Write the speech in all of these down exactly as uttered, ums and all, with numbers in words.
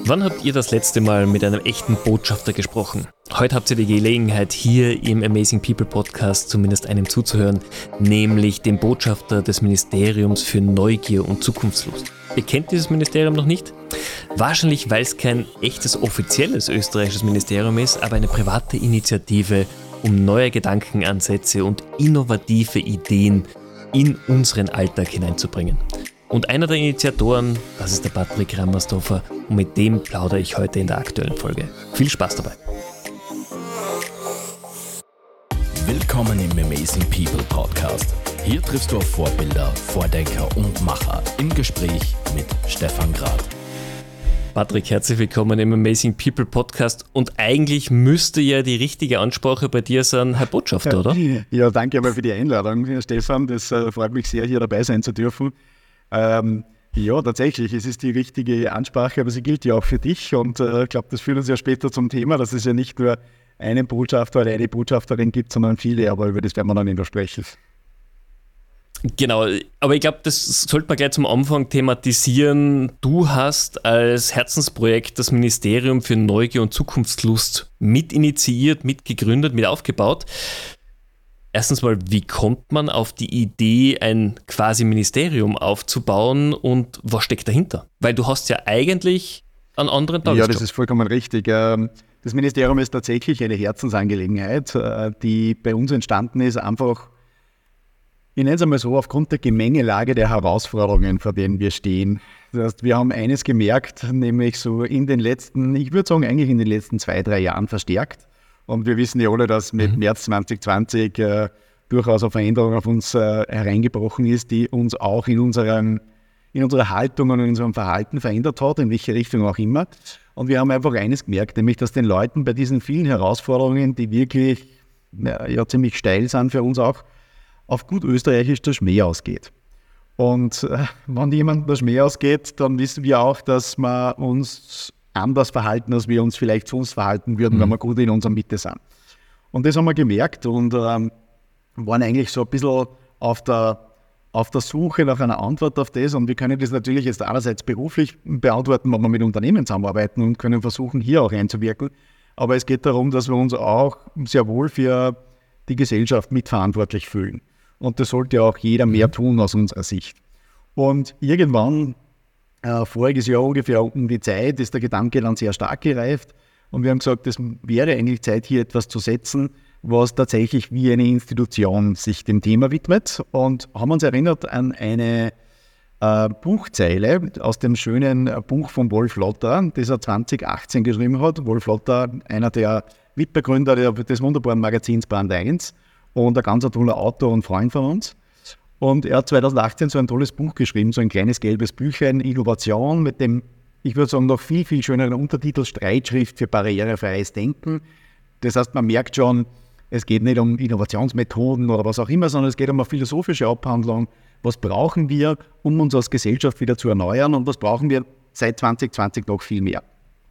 Wann habt ihr das letzte Mal mit einem echten Botschafter gesprochen? Heute habt ihr die Gelegenheit, hier im Amazing People Podcast zumindest einem zuzuhören, nämlich dem Botschafter des Ministeriums für Neugier und Zukunftslust. Ihr kennt dieses Ministerium noch nicht? Wahrscheinlich, weil es kein echtes offizielles österreichisches Ministerium ist, aber eine private Initiative, um neue Gedankenansätze und innovative Ideen in unseren Alltag hineinzubringen. Und einer der Initiatoren, das ist der Patrick Rammersdorfer, und mit dem plaudere ich heute in der aktuellen Folge. Viel Spaß dabei! Willkommen im Amazing People Podcast. Hier triffst du auf Vorbilder, Vordenker und Macher im Gespräch mit Stefan Grad. Patrick, herzlich willkommen im Amazing People Podcast. Und eigentlich müsste ja die richtige Ansprache bei dir sein, Herr Botschafter, oder? Ja, danke aber für die Einladung, Stefan. Das äh, freut mich sehr, hier dabei sein zu dürfen. Ähm, ja, tatsächlich, es ist die richtige Ansprache, aber sie gilt ja auch für dich. Und äh, ich glaube, das führt uns ja später zum Thema, dass es ja nicht nur einen Botschafter oder eine Botschafterin gibt, sondern viele, aber über das werden wir dann nicht sprechen. Genau, aber ich glaube, das sollte man gleich zum Anfang thematisieren. Du hast als Herzensprojekt das Ministerium für Neugier und Zukunftslust mit initiiert, mitgegründet, mit aufgebaut. Erstens mal, wie kommt man auf die Idee, ein quasi Ministerium aufzubauen und was steckt dahinter? Weil du hast ja eigentlich einen anderen Tagesjob. Ja, das ist vollkommen richtig. Das Ministerium ist tatsächlich eine Herzensangelegenheit, die bei uns entstanden ist, einfach, ich nenne es einmal so, aufgrund der Gemengelage der Herausforderungen, vor denen wir stehen. Das heißt, wir haben eines gemerkt, nämlich so in den letzten, ich würde sagen eigentlich in den letzten zwei, drei Jahren verstärkt. Und wir wissen ja alle, dass mit mhm. März zwanzig zwanzig äh, durchaus eine Veränderung auf uns äh, hereingebrochen ist, die uns auch in, unserem, in unserer Haltung und in unserem Verhalten verändert hat, in welche Richtung auch immer. Und wir haben einfach eines gemerkt, nämlich, dass den Leuten bei diesen vielen Herausforderungen, die wirklich ja, ja ziemlich steil sind für uns auch, auf gut österreichisch der Schmäh ausgeht. Und äh, wenn jemand der Schmäh ausgeht, dann wissen wir auch, dass wir uns anders verhalten, als wir uns vielleicht sonst verhalten würden, mhm. wenn wir gut in unserer Mitte sind. Und das haben wir gemerkt und ähm, waren eigentlich so ein bisschen auf der, auf der Suche nach einer Antwort auf das. Und wir können das natürlich jetzt einerseits beruflich beantworten, wenn wir mit Unternehmen zusammenarbeiten und können versuchen, hier auch einzuwirken. Aber es geht darum, dass wir uns auch sehr wohl für die Gesellschaft mitverantwortlich fühlen. Und das sollte auch jeder mehr tun aus unserer Sicht. Und irgendwann, äh, voriges Jahr ungefähr um die Zeit, ist der Gedanke dann sehr stark gereift. Und wir haben gesagt, es wäre eigentlich Zeit, hier etwas zu setzen, was tatsächlich wie eine Institution sich dem Thema widmet. Und haben uns erinnert an eine äh, Buchzeile aus dem schönen Buch von Wolf Lotter, das er zwanzig achtzehn geschrieben hat. Wolf Lotter, einer der Mitbegründer des wunderbaren Magazins Brand eins. Und ein ganz toller Autor und Freund von uns. Und er hat zwanzig achtzehn so ein tolles Buch geschrieben, so ein kleines gelbes Büchlein, Innovation, mit dem, ich würde sagen, noch viel, viel schöneren Untertitel, Streitschrift für barrierefreies Denken. Das heißt, man merkt schon, es geht nicht um Innovationsmethoden oder was auch immer, sondern es geht um eine philosophische Abhandlung. Was brauchen wir, um uns als Gesellschaft wieder zu erneuern und was brauchen wir seit zwanzig zwanzig noch viel mehr?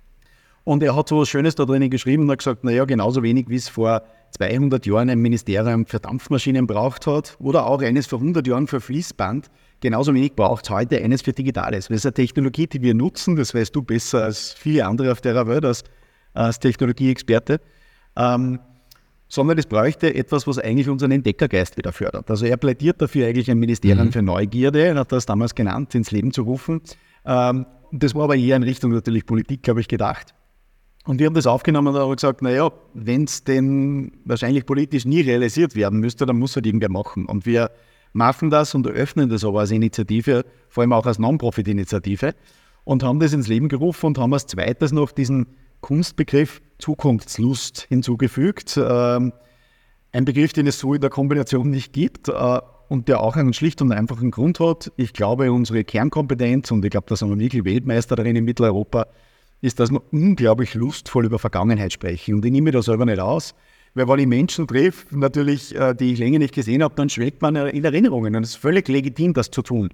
Und er hat so was Schönes da drinnen geschrieben und hat gesagt, naja, genauso wenig wie es vor zweihundert Jahren ein Ministerium für Dampfmaschinen braucht hat oder auch eines vor hundert Jahren für Fließband, genauso wenig braucht es heute eines für Digitales. Das ist eine Technologie, die wir nutzen, das weißt du besser als viele andere auf der Welt als, als Technologieexperte, ähm, sondern es bräuchte etwas, was eigentlich unseren Entdeckergeist wieder fördert. Also er plädiert dafür, eigentlich ein Ministerium mhm. für Neugierde, er hat das damals genannt, ins Leben zu rufen. Ähm, das war aber eher in Richtung natürlich Politik, habe ich gedacht. Und wir haben das aufgenommen und haben gesagt, naja, wenn es denn wahrscheinlich politisch nie realisiert werden müsste, dann muss halt irgendwer machen. Und wir machen das und eröffnen das aber als Initiative, vor allem auch als Non-Profit-Initiative und haben das ins Leben gerufen und haben als zweites noch diesen Kunstbegriff Zukunftslust hinzugefügt. Ähm, ein Begriff, den es so in der Kombination nicht gibt äh, und der auch einen schlicht und einfachen Grund hat. Ich glaube, unsere Kernkompetenz, und ich glaube, da sind wir wirklich Weltmeister darin in Mitteleuropa, ist, dass wir unglaublich lustvoll über Vergangenheit sprechen. Und ich nehme das selber nicht aus, weil wenn ich Menschen treffe, natürlich, die ich länger nicht gesehen habe, dann schwelgt man in Erinnerungen. Und es ist völlig legitim, das zu tun.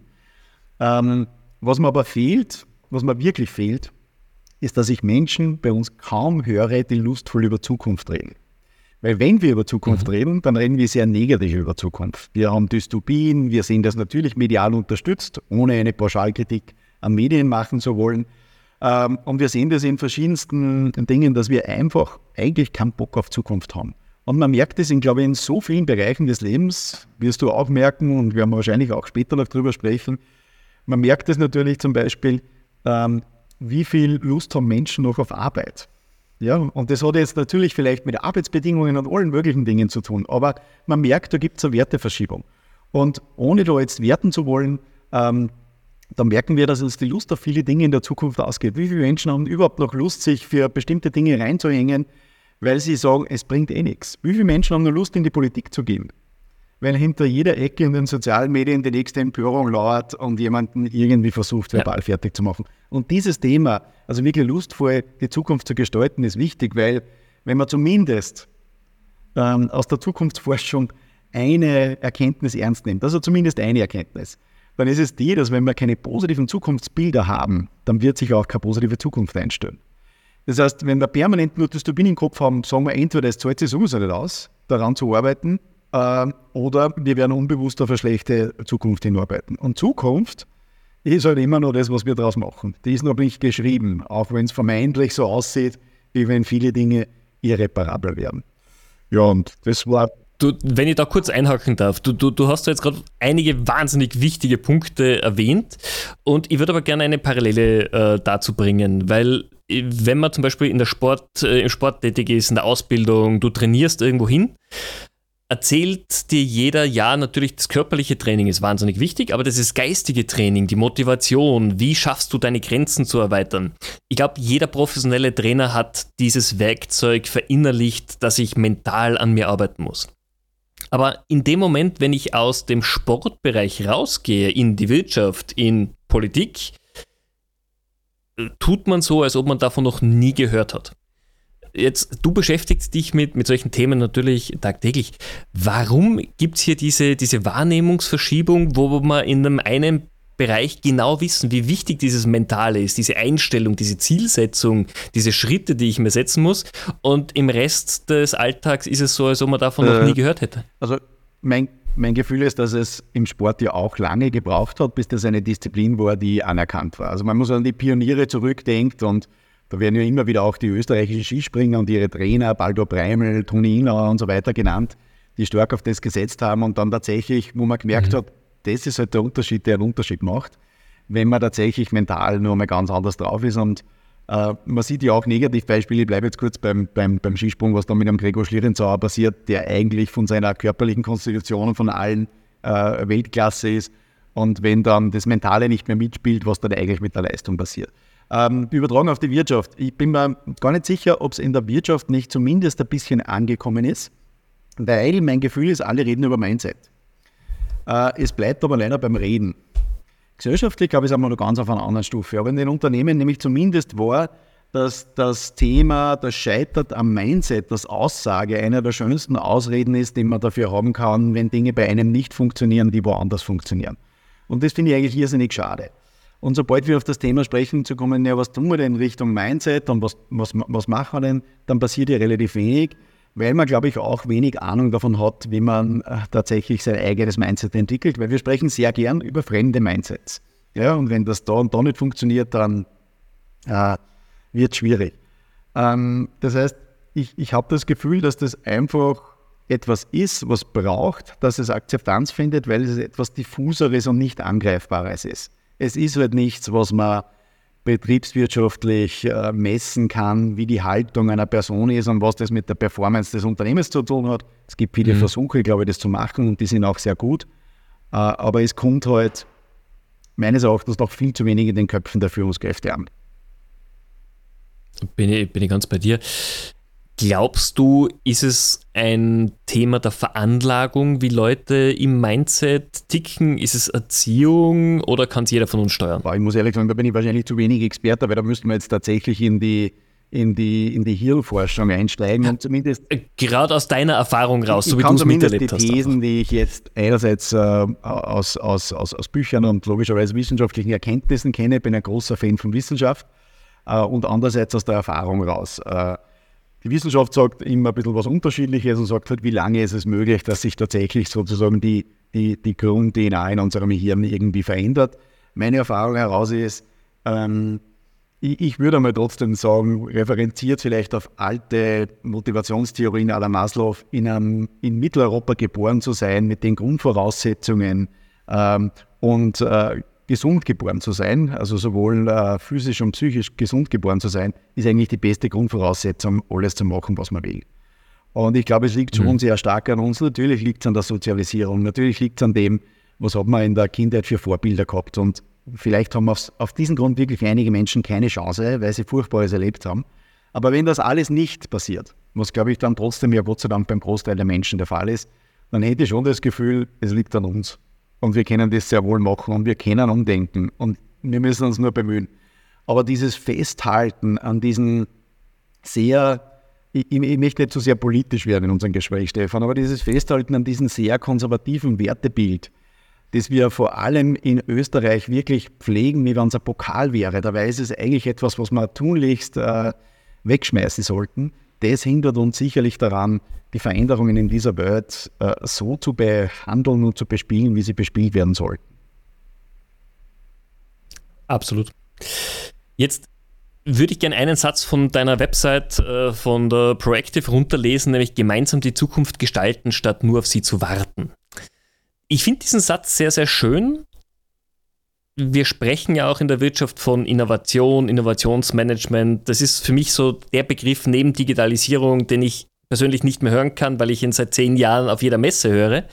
Ähm, was mir aber fehlt, was mir wirklich fehlt, ist, dass ich Menschen bei uns kaum höre, die lustvoll über Zukunft reden. Weil wenn wir über Zukunft mhm. reden, dann reden wir sehr negativ über Zukunft. Wir haben Dystopien, wir sehen das natürlich medial unterstützt, ohne eine Pauschalkritik an Medien machen zu wollen. Ähm, und wir sehen das in verschiedensten Dingen, dass wir einfach eigentlich keinen Bock auf Zukunft haben. Und man merkt das, in, glaube ich, in so vielen Bereichen des Lebens, wirst du auch merken, und wir werden wahrscheinlich auch später noch drüber sprechen, man merkt es natürlich zum Beispiel, ähm, wie viel Lust haben Menschen noch auf Arbeit. Ja, und das hat jetzt natürlich vielleicht mit Arbeitsbedingungen und allen möglichen Dingen zu tun, aber man merkt, da gibt es eine Werteverschiebung. Und ohne da jetzt werten zu wollen, ähm, dann merken wir, dass uns die Lust auf viele Dinge in der Zukunft ausgeht. Wie viele Menschen haben überhaupt noch Lust, sich für bestimmte Dinge reinzuhängen, weil sie sagen, es bringt eh nichts. Wie viele Menschen haben noch Lust, in die Politik zu gehen? Weil hinter jeder Ecke in den sozialen Medien die nächste Empörung lauert und jemanden irgendwie versucht, verbal ja. fertig zu machen. Und dieses Thema, also wirklich lustvoll die Zukunft zu gestalten, ist wichtig, weil wenn man zumindest ähm, aus der Zukunftsforschung eine Erkenntnis ernst nimmt, also zumindest eine Erkenntnis, dann ist es die, dass wenn wir keine positiven Zukunftsbilder haben, dann wird sich auch keine positive Zukunft einstellen. Das heißt, wenn wir permanent nur Dystopien im Kopf haben, sagen wir entweder, es zahlt sich sowieso nicht aus, daran zu arbeiten, oder wir werden unbewusst auf eine schlechte Zukunft hinarbeiten. Und Zukunft ist halt immer noch das, was wir daraus machen. Die ist noch nicht geschrieben, auch wenn es vermeintlich so aussieht, wie wenn viele Dinge irreparabel werden. Ja, und das war... Du, wenn ich da kurz einhaken darf, du, du, du hast da jetzt gerade einige wahnsinnig wichtige Punkte erwähnt und ich würde aber gerne eine Parallele äh, dazu bringen, weil wenn man zum Beispiel in der Sport, äh, im Sport tätig ist, in der Ausbildung, du trainierst irgendwo hin, erzählt dir jeder, ja, natürlich das körperliche Training ist wahnsinnig wichtig, aber das ist geistige Training, die Motivation, wie schaffst du deine Grenzen zu erweitern? Ich glaube, jeder professionelle Trainer hat dieses Werkzeug verinnerlicht, dass ich mental an mir arbeiten muss. Aber in dem Moment, wenn ich aus dem Sportbereich rausgehe, in die Wirtschaft, in Politik, tut man so, als ob man davon noch nie gehört hat. Jetzt, du beschäftigst dich mit, mit solchen Themen natürlich tagtäglich. Warum gibt es hier diese, diese Wahrnehmungsverschiebung, wo wir in einem einen Bereich genau wissen, wie wichtig dieses Mentale ist, diese Einstellung, diese Zielsetzung, diese Schritte, die ich mir setzen muss, und im Rest des Alltags ist es so, als ob man davon äh, noch nie gehört hätte? Also mein, mein Gefühl ist, dass es im Sport ja auch lange gebraucht hat, bis das eine Disziplin war, die anerkannt war. Also man muss an die Pioniere zurückdenken und da werden ja immer wieder auch die österreichischen Skispringer und ihre Trainer, Baldur Breimel, Toni Inauer und so weiter genannt, die stark auf das gesetzt haben und dann tatsächlich, wo man gemerkt mhm. hat, das ist halt der Unterschied, der einen Unterschied macht, wenn man tatsächlich mental nur mal ganz anders drauf ist. Und äh, man sieht ja auch Negativbeispiele, ich bleibe jetzt kurz beim, beim, beim Skisprung, was da mit dem Gregor Schlierenzauer passiert, der eigentlich von seiner körperlichen Konstitution und von allen äh, Weltklasse ist. Und wenn dann das Mentale nicht mehr mitspielt, was dann eigentlich mit der Leistung passiert. Ähm, übertragen auf die Wirtschaft. Ich bin mir gar nicht sicher, ob es in der Wirtschaft nicht zumindest ein bisschen angekommen ist, weil mein Gefühl ist, alle reden über Mindset. Äh, es bleibt aber leider beim Reden. Gesellschaftlich, glaube ich, sind wir noch ganz auf einer anderen Stufe. Aber in den Unternehmen nämlich zumindest war, dass das Thema, das scheitert am Mindset, das Aussage, einer der schönsten Ausreden ist, die man dafür haben kann, wenn Dinge bei einem nicht funktionieren, die woanders funktionieren. Und das finde ich eigentlich irrsinnig schade. Und sobald wir auf das Thema sprechen, zu kommen, ja, was tun wir denn in Richtung Mindset und was, was, was machen wir denn, dann passiert ja relativ wenig, weil man, glaube ich, auch wenig Ahnung davon hat, wie man äh, tatsächlich sein eigenes Mindset entwickelt, weil wir sprechen sehr gern über fremde Mindsets. Ja, und wenn das da und da nicht funktioniert, dann äh, wird es schwierig. Ähm, das heißt, ich, ich habe das Gefühl, dass das einfach etwas ist, was braucht, dass es Akzeptanz findet, weil es etwas Diffuseres und nicht Angreifbares ist. Es ist halt nichts, was man betriebswirtschaftlich äh, messen kann, wie die Haltung einer Person ist und was das mit der Performance des Unternehmens zu tun hat. Es gibt viele mhm. Versuche, glaube ich, das zu machen und die sind auch sehr gut. Äh, aber es kommt halt meines Erachtens noch viel zu wenig in den Köpfen der Führungskräfte an. Bin ich, bin ich ganz bei dir. Glaubst du, ist es ein Thema der Veranlagung, wie Leute im Mindset ticken? Ist es Erziehung oder kann es jeder von uns steuern? Ich muss ehrlich sagen, da bin ich wahrscheinlich zu wenig Experte, weil da müssten wir jetzt tatsächlich in die, in die, in die Hirnforschung einsteigen. Und zumindest, gerade aus deiner Erfahrung raus, so wie du es miterlebt hast. Die Thesen, die ich jetzt einerseits äh, aus, aus, aus, aus Büchern und logischerweise wissenschaftlichen Erkenntnissen kenne, bin ein großer Fan von Wissenschaft äh, und andererseits aus der Erfahrung raus. Äh, Die Wissenschaft sagt immer ein bisschen was Unterschiedliches und sagt halt, wie lange ist es möglich, dass sich tatsächlich sozusagen die, die, die Grund-D N A in unserem Hirn irgendwie verändert. Meine Erfahrung heraus ist, ähm, ich, ich würde einmal trotzdem sagen, referenziert vielleicht auf alte Motivationstheorien à la Maslow, in, einem, in Mitteleuropa geboren zu sein, mit den Grundvoraussetzungen ähm, und äh, gesund geboren zu sein, also sowohl äh, physisch und psychisch gesund geboren zu sein, ist eigentlich die beste Grundvoraussetzung, alles zu machen, was man will. Und ich glaube, es liegt schon mhm. sehr stark an uns. Natürlich liegt es an der Sozialisierung, natürlich liegt es an dem, was hat man in der Kindheit für Vorbilder gehabt. Und vielleicht haben auf, auf diesen Grund wirklich einige Menschen keine Chance, weil sie Furchtbares erlebt haben. Aber wenn das alles nicht passiert, was glaube ich dann trotzdem ja Gott sei Dank beim Großteil der Menschen der Fall ist, dann hätte ich schon das Gefühl, es liegt an uns. Und wir können das sehr wohl machen und wir können umdenken und wir müssen uns nur bemühen. Aber dieses Festhalten an diesen sehr, ich, ich möchte nicht zu sehr politisch werden in unserem Gespräch, Stefan, aber dieses Festhalten an diesem sehr konservativen Wertebild, das wir vor allem in Österreich wirklich pflegen, wie wenn es ein Pokal wäre, dabei ist es eigentlich etwas, was wir tunlichst äh, wegschmeißen sollten. Das hindert uns sicherlich daran, die Veränderungen in dieser Welt äh, so zu behandeln und zu bespielen, wie sie bespielt werden sollten. Absolut. Jetzt würde ich gerne einen Satz von deiner Website äh, von der Proactive runterlesen, nämlich gemeinsam die Zukunft gestalten, statt nur auf sie zu warten. Ich finde diesen Satz sehr, sehr schön. Wir sprechen ja auch in der Wirtschaft von Innovation, Innovationsmanagement. Das ist für mich so der Begriff neben Digitalisierung, den ich persönlich nicht mehr hören kann, weil ich ihn seit zehn Jahren auf jeder Messe höre.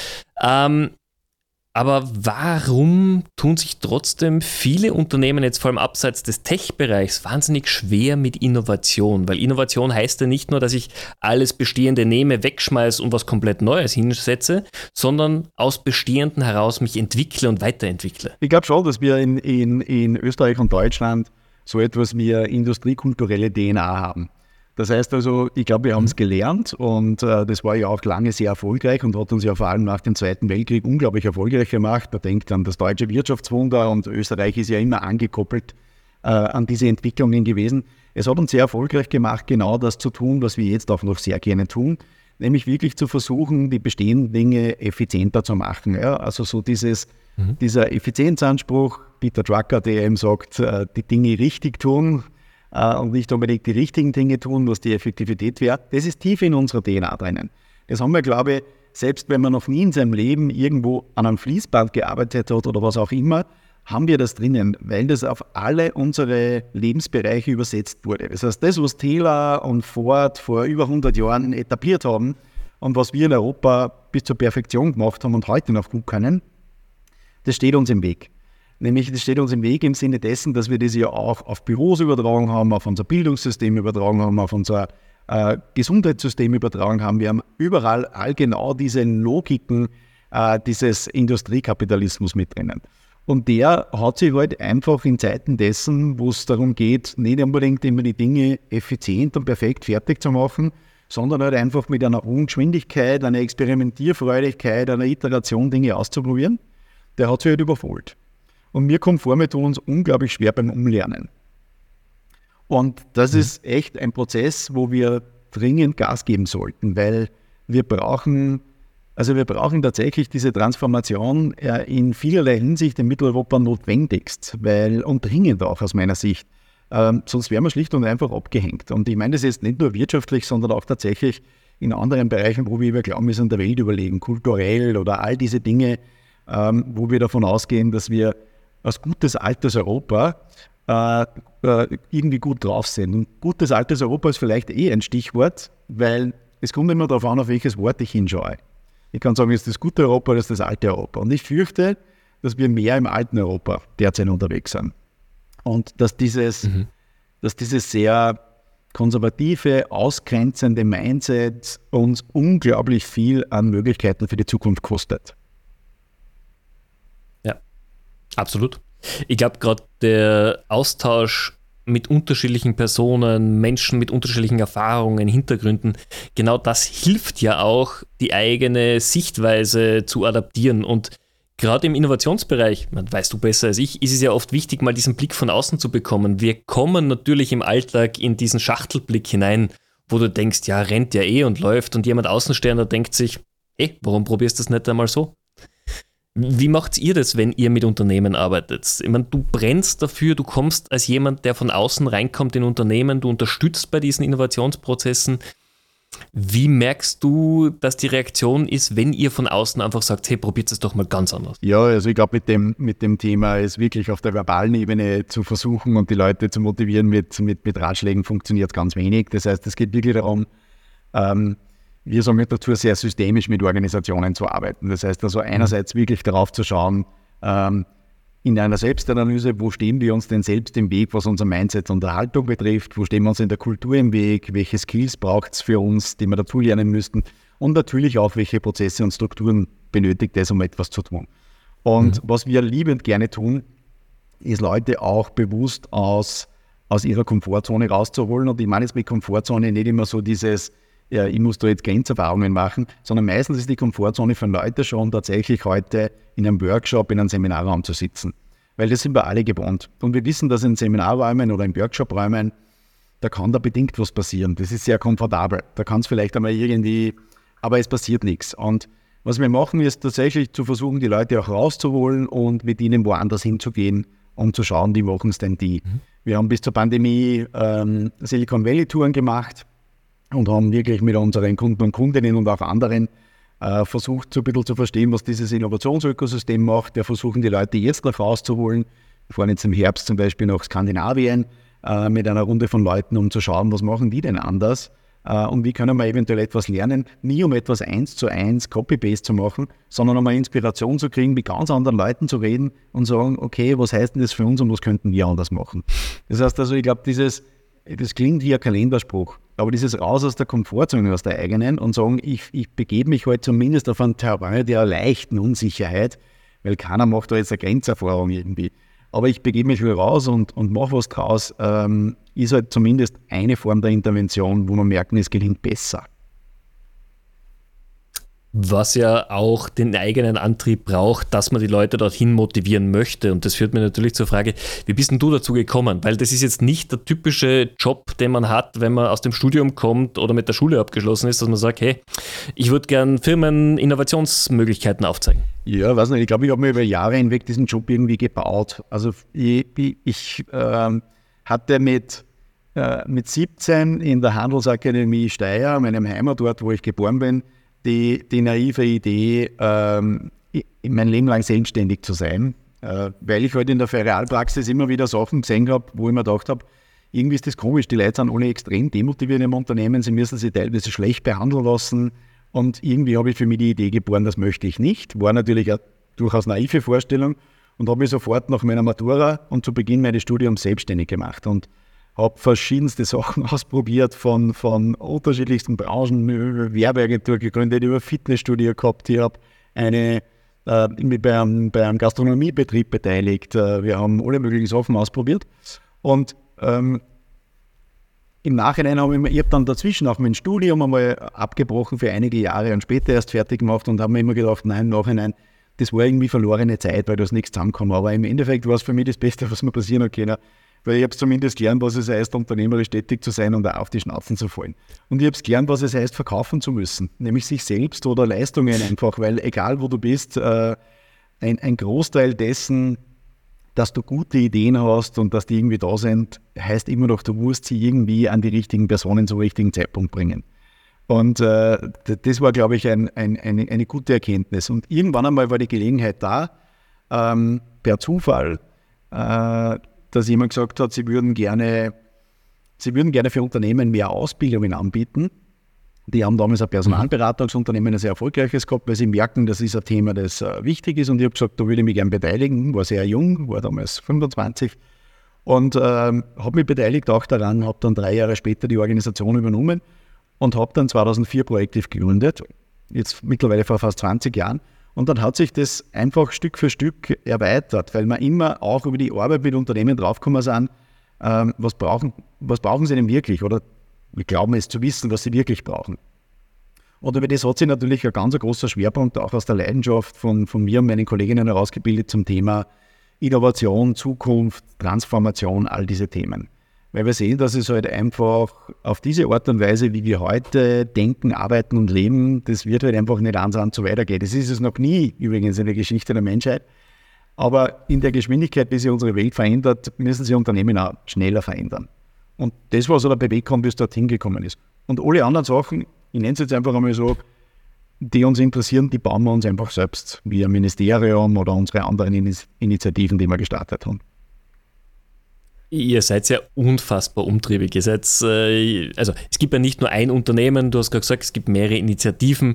Ähm, aber warum tun sich trotzdem viele Unternehmen jetzt vor allem abseits des Tech-Bereichs wahnsinnig schwer mit Innovation? Weil Innovation heißt ja nicht nur, dass ich alles Bestehende nehme, wegschmeiße und was komplett Neues hinsetze, sondern aus Bestehenden heraus mich entwickle und weiterentwickle. Ich glaube schon, dass wir in, in, in Österreich und Deutschland so etwas wie eine industriekulturelle D N A haben. Das heißt also, ich glaube, wir haben es gelernt und äh, das war ja auch lange sehr erfolgreich und hat uns ja vor allem nach dem Zweiten Weltkrieg unglaublich erfolgreich gemacht. Man denkt an das deutsche Wirtschaftswunder und Österreich ist ja immer angekoppelt äh, an diese Entwicklungen gewesen. Es hat uns sehr erfolgreich gemacht, genau das zu tun, was wir jetzt auch noch sehr gerne tun, nämlich wirklich zu versuchen, die bestehenden Dinge effizienter zu machen. Ja? Also so dieses, mhm. dieser Effizienzanspruch, Peter Drucker, der eben sagt, äh, die Dinge richtig tun, und nicht unbedingt die richtigen Dinge tun, was die Effektivität wäre. Das ist tief in unserer D N A drinnen. Das haben wir, glaube ich, selbst wenn man noch nie in seinem Leben irgendwo an einem Fließband gearbeitet hat oder was auch immer, haben wir das drinnen, weil das auf alle unsere Lebensbereiche übersetzt wurde. Das heißt, das, was Taylor und Ford vor über hundert Jahren etabliert haben und was wir in Europa bis zur Perfektion gemacht haben und heute noch gut können, das steht uns im Weg. Nämlich, das steht uns im Weg im Sinne dessen, dass wir das ja auch auf Büros übertragen haben, auf unser Bildungssystem übertragen haben, auf unser äh, Gesundheitssystem übertragen haben. Wir haben überall all genau diese Logiken äh, dieses Industriekapitalismus mit drinnen. Und der hat sich halt einfach in Zeiten dessen, wo es darum geht, nicht unbedingt immer die Dinge effizient und perfekt fertig zu machen, sondern halt einfach mit einer hohen Geschwindigkeit, einer Experimentierfreudigkeit, einer Iteration Dinge auszuprobieren, der hat sich halt überholt. Und mir kommt vor, wir tun uns unglaublich schwer beim Umlernen. Und das mhm. ist echt ein Prozess, wo wir dringend Gas geben sollten, weil wir brauchen, also wir brauchen tatsächlich diese Transformation äh, in vielerlei Hinsicht in Mitteleuropa notwendigst, weil, und dringend auch aus meiner Sicht. Ähm, sonst wären wir schlicht und einfach abgehängt. Und ich meine das jetzt nicht nur wirtschaftlich, sondern auch tatsächlich in anderen Bereichen, wo wir glauben, wir sind der Welt überlegen, kulturell oder all diese Dinge, ähm, wo wir davon ausgehen, dass wir als gutes altes Europa äh, äh, irgendwie gut drauf sind. Und gutes altes Europa ist vielleicht eh ein Stichwort, weil es kommt immer darauf an, auf welches Wort ich hinschaue. Ich kann sagen, ist das gute Europa oder ist das alte Europa? Und ich fürchte, dass wir mehr im alten Europa derzeit unterwegs sind. Und dass dieses, mhm. dass dieses sehr konservative, ausgrenzende Mindset uns unglaublich viel an Möglichkeiten für die Zukunft kostet. Absolut. Ich glaube, gerade der Austausch mit unterschiedlichen Personen, Menschen mit unterschiedlichen Erfahrungen, Hintergründen, genau das hilft ja auch, die eigene Sichtweise zu adaptieren. Und gerade im Innovationsbereich, weißt du besser als ich, ist es ja oft wichtig, mal diesen Blick von außen zu bekommen. Wir kommen natürlich im Alltag in diesen Schachtelblick hinein, wo du denkst, ja, rennt ja eh und läuft, und jemand Außenstehender denkt sich, hey, warum probierst du das nicht einmal so? Wie macht ihr das, wenn ihr mit Unternehmen arbeitet? Ich meine, du brennst dafür, du kommst als jemand, der von außen reinkommt in Unternehmen, du unterstützt bei diesen Innovationsprozessen. Wie merkst du, dass die Reaktion ist, wenn ihr von außen einfach sagt, hey, probiert es doch mal ganz anders? Ja, also ich glaube, mit dem, mit dem Thema ist wirklich auf der verbalen Ebene zu versuchen und die Leute zu motivieren mit, mit, mit Ratschlägen funktioniert ganz wenig. Das heißt, es geht wirklich darum, ähm, wir sagen dazu, sehr systemisch mit Organisationen zu arbeiten. Das heißt also einerseits wirklich darauf zu schauen, ähm, in einer Selbstanalyse, wo stehen wir uns denn selbst im Weg, was unser Mindset und Haltung betrifft, wo stehen wir uns in der Kultur im Weg, welche Skills braucht es für uns, die wir dazu lernen müssten und natürlich auch, welche Prozesse und Strukturen benötigt es, um etwas zu tun. Und mhm. was wir liebend gerne tun, ist Leute auch bewusst aus, aus ihrer Komfortzone rauszuholen. Und ich meine jetzt mit Komfortzone nicht immer so dieses, ja, ich muss da jetzt Grenzerfahrungen machen, sondern meistens ist die Komfortzone von Leuten schon tatsächlich heute in einem Workshop, in einem Seminarraum zu sitzen. Weil das sind wir alle gewohnt. Und wir wissen, dass in Seminarräumen oder in Workshopräumen, da kann da bedingt was passieren. Das ist sehr komfortabel. Da kann es vielleicht einmal irgendwie, aber es passiert nichts. Und was wir machen, ist tatsächlich zu versuchen, die Leute auch rauszuholen und mit ihnen woanders hinzugehen, um zu schauen, wie machen es denn die. Mhm. Wir haben bis zur Pandemie ähm, Silicon Valley Touren gemacht und haben wirklich mit unseren Kunden und Kundinnen und auch anderen äh, versucht, so ein bisschen zu verstehen, was dieses Innovationsökosystem macht. Wir versuchen, die Leute jetzt noch rauszuholen. Wir fahren jetzt im Herbst zum Beispiel nach Skandinavien äh, mit einer Runde von Leuten, um zu schauen, was machen die denn anders äh, und wie können wir eventuell etwas lernen. Nie um etwas eins zu eins Copy-Paste zu machen, sondern um eine Inspiration zu kriegen, mit ganz anderen Leuten zu reden und sagen, okay, was heißt denn das für uns und was könnten wir anders machen. Das heißt also, ich glaube, dieses Das klingt wie ein Kalenderspruch, aber dieses raus aus der Komfortzone, aus der eigenen und sagen, ich, ich begebe mich halt zumindest auf ein Terrain der leichten Unsicherheit, weil keiner macht da jetzt eine Grenzerfahrung irgendwie. Aber ich begebe mich halt raus und, und mache was draus, ähm, ist halt zumindest eine Form der Intervention, wo man merken, es gelingt besser. Was ja auch den eigenen Antrieb braucht, dass man die Leute dorthin motivieren möchte. Und das führt mir natürlich zur Frage, wie bist denn du dazu gekommen? Weil das ist jetzt nicht der typische Job, den man hat, wenn man aus dem Studium kommt oder mit der Schule abgeschlossen ist, dass man sagt, hey, ich würde gern Firmen Innovationsmöglichkeiten aufzeigen. Ja, weiß nicht, ich glaube, ich habe mir über Jahre hinweg diesen Job irgendwie gebaut. Also ich, ich äh, hatte mit, äh, mit siebzehn in der Handelsakademie Steyr, meinem Heimatort, wo ich geboren bin, Die, die naive Idee, ähm, mein Leben lang selbstständig zu sein, äh, weil ich halt in der Ferialpraxis immer wieder Sachen gesehen habe, wo ich mir gedacht habe, irgendwie ist das komisch, die Leute sind alle extrem demotiviert im Unternehmen, sie müssen sich teilweise schlecht behandeln lassen und irgendwie habe ich für mich die Idee geboren, das möchte ich nicht. War natürlich eine durchaus naive Vorstellung und habe mich sofort nach meiner Matura und zu Beginn meines Studiums selbstständig gemacht und habe verschiedenste Sachen ausprobiert, von, von unterschiedlichsten Branchen, Werbeagentur gegründet, über Fitnessstudio gehabt. Ich habe eine, äh, mich bei einem, bei einem Gastronomiebetrieb beteiligt. Äh, wir haben alle möglichen Sachen ausprobiert. Und ähm, im Nachhinein habe ich, mir, ich hab dann dazwischen auch mein Studium einmal abgebrochen für einige Jahre und später erst fertig gemacht und habe mir immer gedacht, nein, im Nachhinein, das war irgendwie verlorene Zeit, weil da ist nichts zusammengekommen. Aber im Endeffekt war es für mich das Beste, was mir passieren hat können. Weil ich habe es zumindest gelernt, was es heißt, unternehmerisch tätig zu sein und auch auf die Schnauzen zu fallen. Und ich habe es gelernt, was es heißt, verkaufen zu müssen. Nämlich sich selbst oder Leistungen einfach, weil egal wo du bist, äh, ein, ein Großteil dessen, dass du gute Ideen hast und dass die irgendwie da sind, heißt immer noch, du musst sie irgendwie an die richtigen Personen zum richtigen Zeitpunkt bringen. Und äh, das war, glaube ich, ein, ein, eine, eine gute Erkenntnis. Und irgendwann einmal war die Gelegenheit da, ähm, per Zufall, äh, dass jemand gesagt hat, sie würden gerne, sie würden gerne für Unternehmen mehr Ausbildungen anbieten. Die haben damals ein Personalberatungsunternehmen, ein sehr erfolgreiches gehabt, weil sie merken, das ist ein Thema, das uh, wichtig ist. Und ich habe gesagt, da würde ich mich gerne beteiligen. War sehr jung, war damals fünfundzwanzig. Und äh, habe mich beteiligt auch daran, habe dann drei Jahre später die Organisation übernommen und habe dann zweitausendvier Proactive gegründet, jetzt mittlerweile vor fast zwanzig Jahren. Und dann hat sich das einfach Stück für Stück erweitert, weil wir immer auch über die Arbeit mit Unternehmen draufgekommen sind, ähm, was, brauchen, was brauchen sie denn wirklich? Oder wir glauben es zu wissen, was sie wirklich brauchen. Und über das hat sich natürlich ein ganz großer Schwerpunkt auch aus der Leidenschaft von, von mir und meinen Kolleginnen herausgebildet zum Thema Innovation, Zukunft, Transformation, all diese Themen. weil wir sehen, dass es halt einfach auf diese Art und Weise, wie wir heute denken, arbeiten und leben, das wird halt einfach nicht ansonsten so weitergehen. Das ist es noch nie übrigens in der Geschichte der Menschheit. Aber in der Geschwindigkeit, wie sich unsere Welt verändert, müssen sich Unternehmen auch schneller verändern. Und das war so der Beweggrund, bis dorthin gekommen ist. Und alle anderen Sachen, ich nenne es jetzt einfach einmal so, die uns interessieren, die bauen wir uns einfach selbst, wie ein Ministerium oder unsere anderen Initiativen, die wir gestartet haben. Ihr seid ja unfassbar umtriebig. Ihr seid, äh, also es gibt ja nicht nur ein Unternehmen, du hast gerade gesagt, es gibt mehrere Initiativen.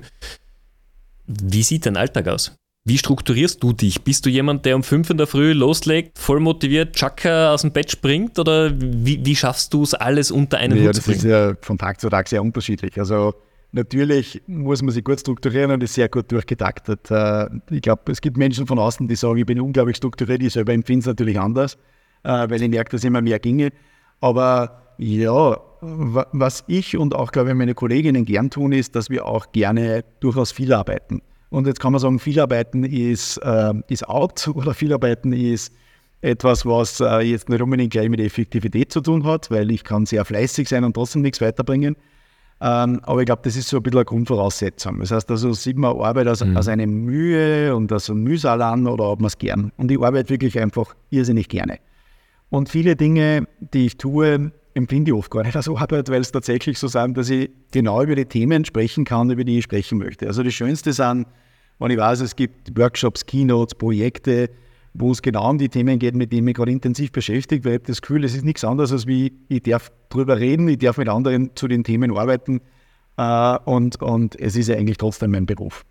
Wie sieht dein Alltag aus? Wie strukturierst du dich? Bist du jemand, der um fünf in der Früh loslegt, voll motiviert, Chaka aus dem Bett springt? Oder wie, wie schaffst du es, alles unter einen ja, Hut zu bringen? Das ist ja von Tag zu Tag sehr unterschiedlich. Also natürlich muss man sich gut strukturieren und ist sehr gut durchgetaktet. Ich glaube, es gibt Menschen von außen, die sagen, ich bin unglaublich strukturiert. Ich selber empfinde es natürlich anders, weil ich merke, dass immer mehr ginge. Aber ja, was ich und auch, glaube ich, meine Kolleginnen gern tun, ist, dass wir auch gerne durchaus viel arbeiten. Und jetzt kann man sagen, viel arbeiten ist, äh, ist out oder viel arbeiten ist etwas, was äh, jetzt nicht unbedingt gleich mit Effektivität zu tun hat, weil ich kann sehr fleißig sein und trotzdem nichts weiterbringen. Ähm, aber ich glaube, das ist so ein bisschen eine Grundvoraussetzung. Das heißt, also sieht man Arbeit als, mhm. als eine Mühe und als ein Mühsal an oder ob man es gern. Und ich arbeite wirklich einfach irrsinnig gerne. Und viele Dinge, die ich tue, empfinde ich oft gar nicht als Arbeit, weil es tatsächlich so sind, dass ich genau über die Themen sprechen kann, über die ich sprechen möchte. Also das Schönste sind, wenn ich weiß, es gibt Workshops, Keynotes, Projekte, wo es genau um die Themen geht, mit denen ich gerade intensiv beschäftigt, weil ich habe das Gefühl, es ist nichts anderes, als wie ich darf drüber reden, ich darf mit anderen zu den Themen arbeiten äh, und, und es ist ja eigentlich trotzdem mein Beruf.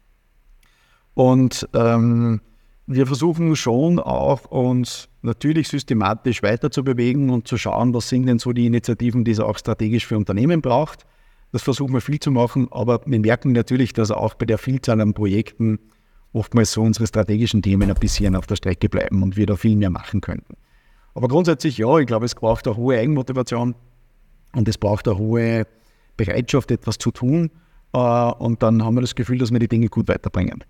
Und ähm, wir versuchen schon auch, uns natürlich systematisch weiter zu bewegen und zu schauen, was sind denn so die Initiativen, die es auch strategisch für Unternehmen braucht. Das versuchen wir viel zu machen, aber wir merken natürlich, dass auch bei der Vielzahl an Projekten oftmals so unsere strategischen Themen ein bisschen auf der Strecke bleiben und wir da viel mehr machen könnten. Aber grundsätzlich ja, ich glaube, es braucht eine hohe Eigenmotivation und es braucht eine hohe Bereitschaft, etwas zu tun und dann haben wir das Gefühl, dass wir die Dinge gut weiterbringen.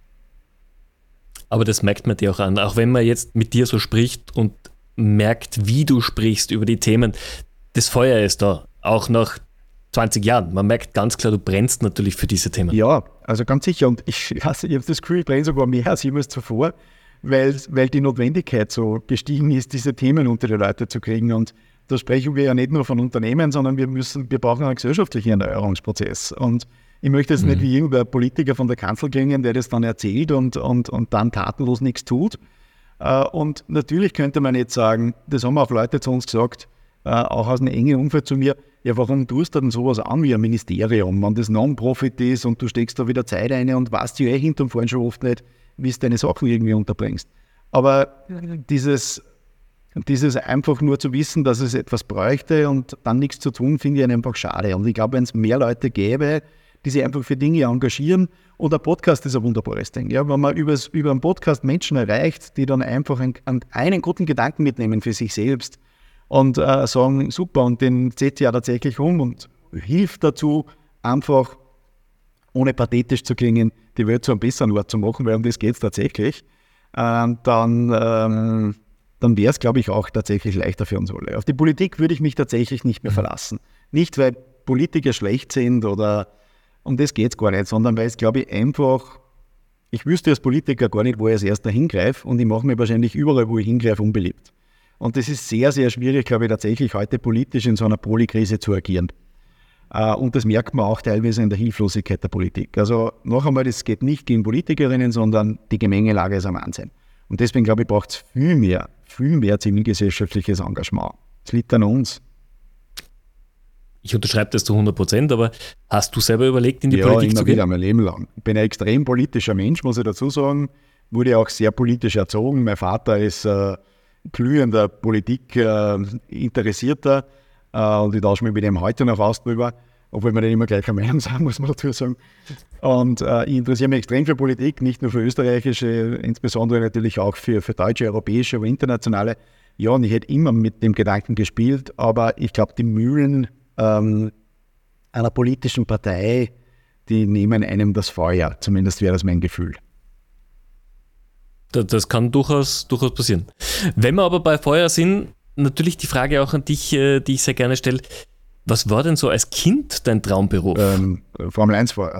Aber das merkt man dir auch an, auch wenn man jetzt mit dir so spricht und merkt, wie du sprichst über die Themen, das Feuer ist da, auch nach zwanzig Jahren. Man merkt ganz klar, du brennst natürlich für diese Themen. Ja, also ganz sicher. Und ich, also ich habe das Gefühl, ich brenne sogar mehr als jemals zuvor, weil, weil die Notwendigkeit so gestiegen ist, diese Themen unter die Leute zu kriegen. Und da sprechen wir ja nicht nur von Unternehmen, sondern wir müssen, wir brauchen einen gesellschaftlichen Erneuerungsprozess. Und ich möchte jetzt mhm. nicht wie irgendein Politiker von der Kanzel klingen, der das dann erzählt und, und, und dann tatenlos nichts tut. Und natürlich könnte man jetzt sagen, das haben auch Leute zu uns gesagt, auch aus einem engen Umfeld zu mir, ja, warum tust du denn sowas an wie ein Ministerium, wenn das Non-Profit ist und du steckst da wieder Zeit rein und weißt ja eh hinterm vorhin schon oft nicht, wie du deine Sachen irgendwie unterbringst. Aber dieses, dieses einfach nur zu wissen, dass es etwas bräuchte und dann nichts zu tun, finde ich einfach schade. Und ich glaube, wenn es mehr Leute gäbe, die sich einfach für Dinge engagieren, und ein Podcast ist ein wunderbares Ding. Ja, wenn man übers, über einen Podcast Menschen erreicht, die dann einfach einen, einen guten Gedanken mitnehmen für sich selbst, und äh, sagen, super, und den setzt ihr ja tatsächlich um und hilft dazu, einfach, ohne pathetisch zu klingen, die Welt zu einem besseren Ort zu machen, weil um das geht es tatsächlich, äh, dann, ähm, dann wäre es, glaube ich, auch tatsächlich leichter für uns alle. Auf die Politik würde ich mich tatsächlich nicht mehr verlassen. Nicht, weil Politiker schlecht sind oder um das geht es gar nicht, sondern weil es, glaube ich, einfach, ich wüsste als Politiker gar nicht, wo ich als erster hingreife und ich mache mir wahrscheinlich überall, wo ich hingreife, unbeliebt. Und das ist sehr, sehr schwierig, glaube ich, tatsächlich heute politisch in so einer Polikrise zu agieren. Und das merkt man auch teilweise in der Hilflosigkeit der Politik. Also noch einmal, das geht nicht gegen Politikerinnen, sondern die Gemengelage ist am Wahnsinn. Und deswegen, glaube ich, braucht es viel mehr, viel mehr zivilgesellschaftliches Engagement. Es liegt an uns. Ich unterschreibe das zu hundert Prozent, aber hast du selber überlegt, in die ja, Politik immer zu gehen? Ja, mein Leben lang. Ich bin ein extrem politischer Mensch, muss ich dazu sagen. Wurde auch sehr politisch erzogen. Mein Vater ist äh, glühender Politik äh, interessierter äh, und ich tausche mich mit ihm heute noch aus drüber, obwohl wir nicht immer gleicher Meinung sind, muss man dazu sagen. Und äh, ich interessiere mich extrem für Politik, nicht nur für österreichische, insbesondere natürlich auch für, für deutsche, europäische, aber internationale. Ja, und ich hätte immer mit dem Gedanken gespielt, aber ich glaube, die Mühlen ähm, einer politischen Partei, die nehmen einem das Feuer, zumindest wäre das mein Gefühl. Das kann durchaus, durchaus passieren. Wenn wir aber bei Feuer sind, natürlich die Frage auch an dich, die ich sehr gerne stelle. Was war denn so als Kind dein Traumberuf? Ähm, Formel eins Fahrer.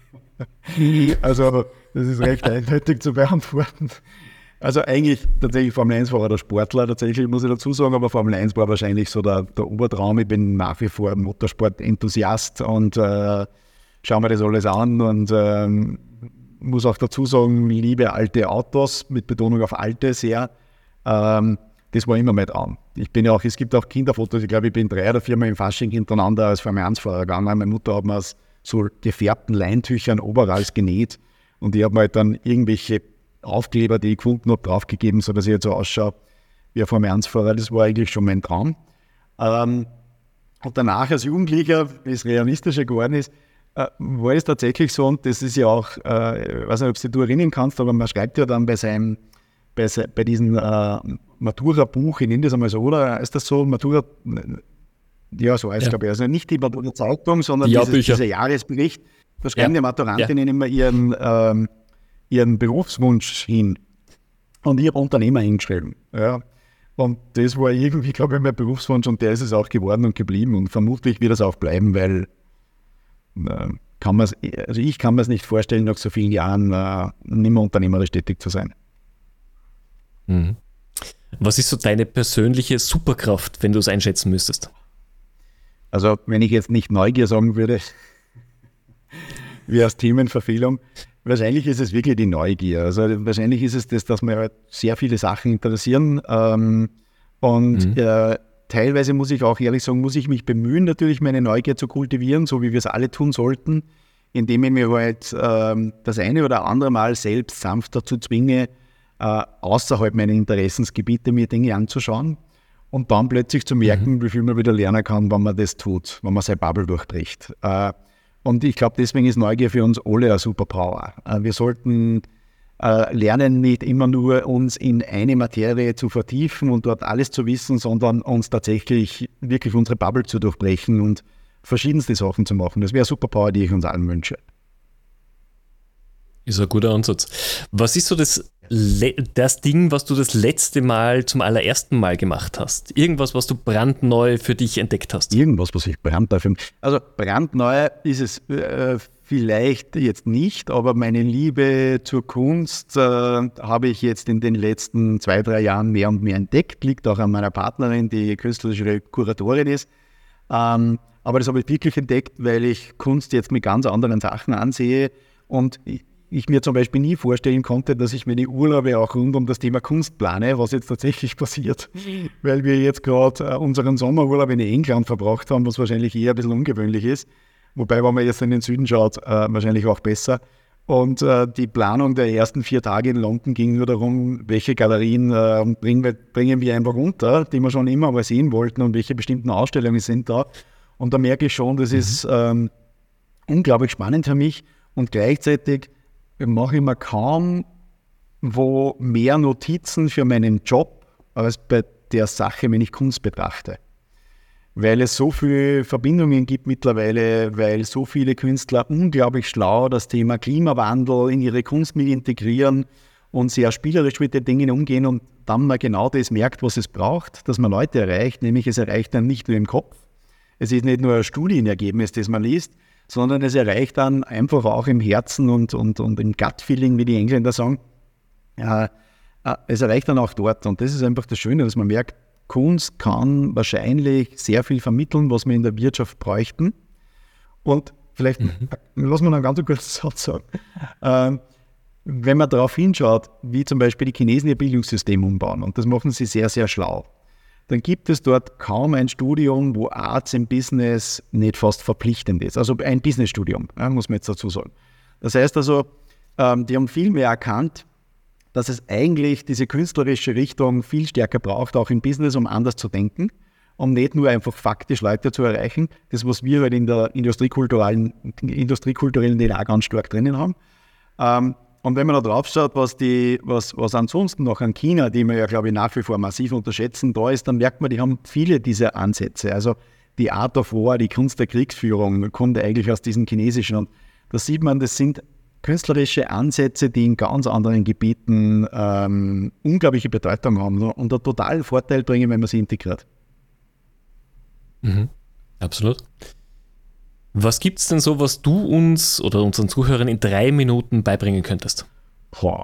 Also das ist recht eindeutig zu beantworten. Also eigentlich tatsächlich Formel eins Fahrer oder Sportler, tatsächlich muss ich dazu sagen, aber Formel eins war wahrscheinlich so der, der Obertraum. Ich bin nach wie vor Motorsport-Enthusiast und äh, schaue mir das alles an und ähm, muss auch dazu sagen, ich liebe alte Autos, mit Betonung auf alte sehr. Ähm, das war immer mein Traum. Ich bin ja auch, es gibt auch Kinderfotos, ich glaube, ich bin drei oder viermal im Fasching hintereinander als Formel eins Fahrer gegangen. Meine Mutter hat mir aus so gefärbten Leintüchern overall genäht und ich habe mir halt dann irgendwelche Aufkleber, die ich gefunden habe, draufgegeben, sodass ich jetzt so ausschaue wie ein Formel eins Fahrer. Das war eigentlich schon mein Traum. Ähm, und danach als Jugendlicher, wie es realistischer geworden ist, äh, war es tatsächlich so, und das ist ja auch, äh, ich weiß nicht, ob du dich erinnern kannst, aber man schreibt ja dann bei seinem, bei, se, bei diesem äh, Matura-Buch, ich nenne das einmal so, oder ist das so, Matura, ja, so heißt es, ja. glaube ich, also nicht die Matura-Zeitung, sondern die dieses, dieser Jahresbericht, da schreiben ja. die Maturantinnen ja. immer ihren, ähm, ihren Berufswunsch hin. Und ich habe Unternehmer hingeschrieben. Ja. Und das war irgendwie, glaube ich, mein Berufswunsch und der ist es auch geworden und geblieben und vermutlich wird es auch bleiben, weil äh, kann man's, also ich kann mir es nicht vorstellen, nach so vielen Jahren äh, nicht mehr unternehmerisch tätig zu sein. Mhm. Was ist so deine persönliche Superkraft, wenn du es einschätzen müsstest? Also wenn ich jetzt nicht Neugier sagen würde, wie als Themenverfehlung, wahrscheinlich ist es wirklich die Neugier. Also wahrscheinlich ist es das, dass mir halt sehr viele Sachen interessieren. Ähm, und mhm. äh, teilweise muss ich auch ehrlich sagen, muss ich mich bemühen, natürlich meine Neugier zu kultivieren, so wie wir es alle tun sollten, indem ich mir halt ähm, das eine oder andere Mal selbst sanft dazu zwinge, äh, außerhalb meiner Interessensgebiete mir Dinge anzuschauen und dann plötzlich zu merken, mhm. wie viel man wieder lernen kann, wenn man das tut, wenn man seine Bubble durchbricht. Äh, Und ich glaube, deswegen ist Neugier für uns alle eine Superpower. Wir sollten äh, lernen, nicht immer nur uns in eine Materie zu vertiefen und dort alles zu wissen, sondern uns tatsächlich wirklich unsere Bubble zu durchbrechen und verschiedenste Sachen zu machen. Das wäre eine Superpower, die ich uns allen wünsche. Ist ein guter Ansatz. Was ist so das, das Ding, was du das letzte Mal zum allerersten Mal gemacht hast? Irgendwas, was du brandneu für dich entdeckt hast? Irgendwas, was ich brandneu für mich... Also brandneu ist es äh, vielleicht jetzt nicht, aber meine Liebe zur Kunst äh, habe ich jetzt in den letzten zwei, drei Jahren mehr und mehr entdeckt. Liegt auch an meiner Partnerin, die künstlerische Kuratorin ist. Ähm, aber das habe ich wirklich entdeckt, weil ich Kunst jetzt mit ganz anderen Sachen ansehe und ich, ich mir zum Beispiel nie vorstellen konnte, dass ich meine Urlaube auch rund um das Thema Kunst plane, was jetzt tatsächlich passiert, weil wir jetzt gerade unseren Sommerurlaub in England verbracht haben, was wahrscheinlich eher ein bisschen ungewöhnlich ist, wobei, wenn man jetzt in den Süden schaut, äh, wahrscheinlich auch besser. Und äh, die Planung der ersten vier Tage in London ging nur darum, welche Galerien äh, bringen, wir, bringen wir einfach unter, die wir schon immer mal sehen wollten und welche bestimmten Ausstellungen sind da. Und da merke ich schon, das mhm. ist ähm, unglaublich spannend für mich und gleichzeitig mache ich mir kaum wo mehr Notizen für meinen Job als bei der Sache, wenn ich Kunst betrachte. Weil es so viele Verbindungen gibt mittlerweile, weil so viele Künstler unglaublich schlau das Thema Klimawandel in ihre Kunst mit integrieren und sehr spielerisch mit den Dingen umgehen und dann mal genau das merkt, was es braucht, dass man Leute erreicht, nämlich es erreicht dann nicht nur im Kopf. Es ist nicht nur ein Studienergebnis, das man liest, sondern es erreicht dann einfach auch im Herzen und, und, und im Gut-Feeling, wie die Engländer sagen. Äh, äh, es erreicht dann auch dort und das ist einfach das Schöne, dass man merkt, Kunst kann wahrscheinlich sehr viel vermitteln, was wir in der Wirtschaft bräuchten. Und vielleicht, mhm. lass mich noch einen ganz kurzen Satz sagen. Ähm, wenn man darauf hinschaut, wie zum Beispiel die Chinesen ihr Bildungssystem umbauen, und das machen sie sehr, sehr schlau, dann gibt es dort kaum ein Studium, wo Arts im Business nicht fast verpflichtend ist. Also ein Businessstudium, ja, muss man jetzt dazu sagen. Das heißt also, ähm, die haben viel mehr erkannt, dass es eigentlich diese künstlerische Richtung viel stärker braucht, auch im Business, um anders zu denken, um nicht nur einfach faktisch Leute zu erreichen. Das, was wir halt in der industriekulturellen, industriekulturellen D N A ganz stark drinnen haben. Ähm, Und wenn man da drauf schaut, was, die, was, was ansonsten noch an China, die wir ja, glaube ich, nach wie vor massiv unterschätzen, da ist, dann merkt man, die haben viele dieser Ansätze. Also die Art of War, die Kunst der Kriegsführung, kommt eigentlich aus diesem Chinesischen. Und da sieht man, das sind künstlerische Ansätze, die in ganz anderen Gebieten ähm, unglaubliche Bedeutung haben und einen totalen Vorteil bringen, wenn man sie integriert. Mhm. Absolut. Was gibt es denn so, was du uns oder unseren Zuhörern in drei Minuten beibringen könntest? Boah.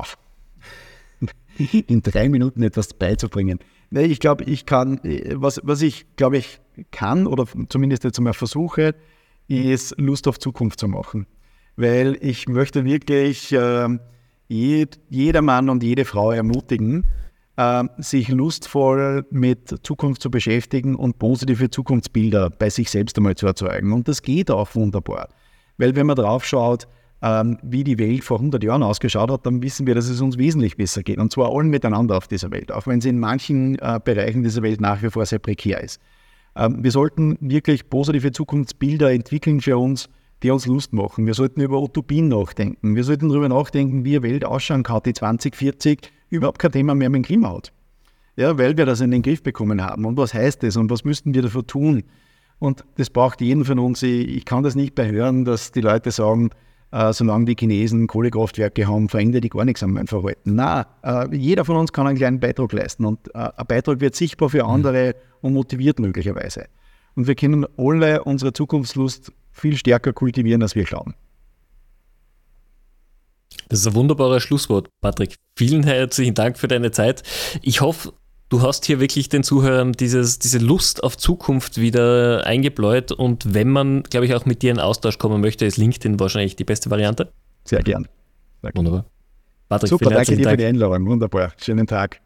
In drei Minuten etwas beizubringen. Ich glaube, ich kann, was, was ich glaube ich kann oder zumindest jetzt einmal versuche, ist Lust auf Zukunft zu machen. Weil ich möchte wirklich äh, jed, jeder Mann und jede Frau ermutigen, äh, sich lustvoll mit Zukunft zu beschäftigen und positive Zukunftsbilder bei sich selbst einmal zu erzeugen. Und das geht auch wunderbar. Weil wenn man drauf schaut, ähm, wie die Welt vor hundert Jahren ausgeschaut hat, dann wissen wir, dass es uns wesentlich besser geht. Und zwar allen miteinander auf dieser Welt, auch wenn sie in manchen äh, Bereichen dieser Welt nach wie vor sehr prekär ist. Ähm, wir sollten wirklich positive Zukunftsbilder entwickeln für uns, die uns Lust machen. Wir sollten über Utopien nachdenken. Wir sollten darüber nachdenken, wie eine Welt ausschauen kann, die zwanzig vierzig überhaupt kein Thema mehr mit dem Klima hat. Ja, weil wir das in den Griff bekommen haben. Und was heißt das und was müssten wir dafür tun? Und das braucht jeden von uns. Ich, ich kann das nicht behören, dass die Leute sagen, äh, solange die Chinesen Kohlekraftwerke haben, verändert die gar nichts an meinem Verhalten. Nein, äh, jeder von uns kann einen kleinen Beitrag leisten. Und äh, ein Beitrag wird sichtbar für andere und motiviert möglicherweise. Und wir können alle unsere Zukunftslust viel stärker kultivieren, als wir glauben. Das ist ein wunderbares Schlusswort, Patrick. Vielen herzlichen Dank für deine Zeit. Ich hoffe, du hast hier wirklich den Zuhörern dieses, diese Lust auf Zukunft wieder eingebläut. Und wenn man, glaube ich, auch mit dir in Austausch kommen möchte, ist LinkedIn wahrscheinlich die beste Variante. Sehr gern. Sehr gern. Wunderbar. Patrick, super, vielen danke dir Dank. für die Einladung. Wunderbar. Schönen Tag.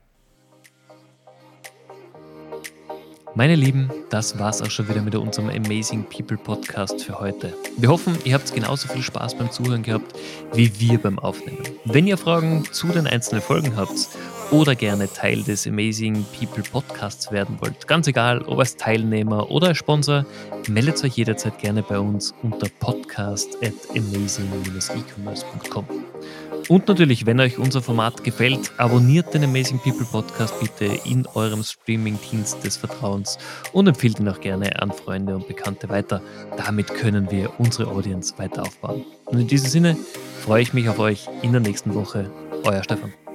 Meine Lieben, das war's auch schon wieder mit unserem Amazing People Podcast für heute. Wir hoffen, ihr habt genauso viel Spaß beim Zuhören gehabt, wie wir beim Aufnehmen. Wenn ihr Fragen zu den einzelnen Folgen habt oder gerne Teil des Amazing People Podcasts werden wollt, ganz egal, ob als Teilnehmer oder als Sponsor, meldet euch jederzeit gerne bei uns unter podcast at amazing dash e commerce dot com. Und natürlich, wenn euch unser Format gefällt, abonniert den Amazing People Podcast bitte in eurem Streaming-Dienst des Vertrauens und empfiehlt ihn auch gerne an Freunde und Bekannte weiter. Damit können wir unsere Audience weiter aufbauen. Und in diesem Sinne freue ich mich auf euch in der nächsten Woche. Euer Stefan.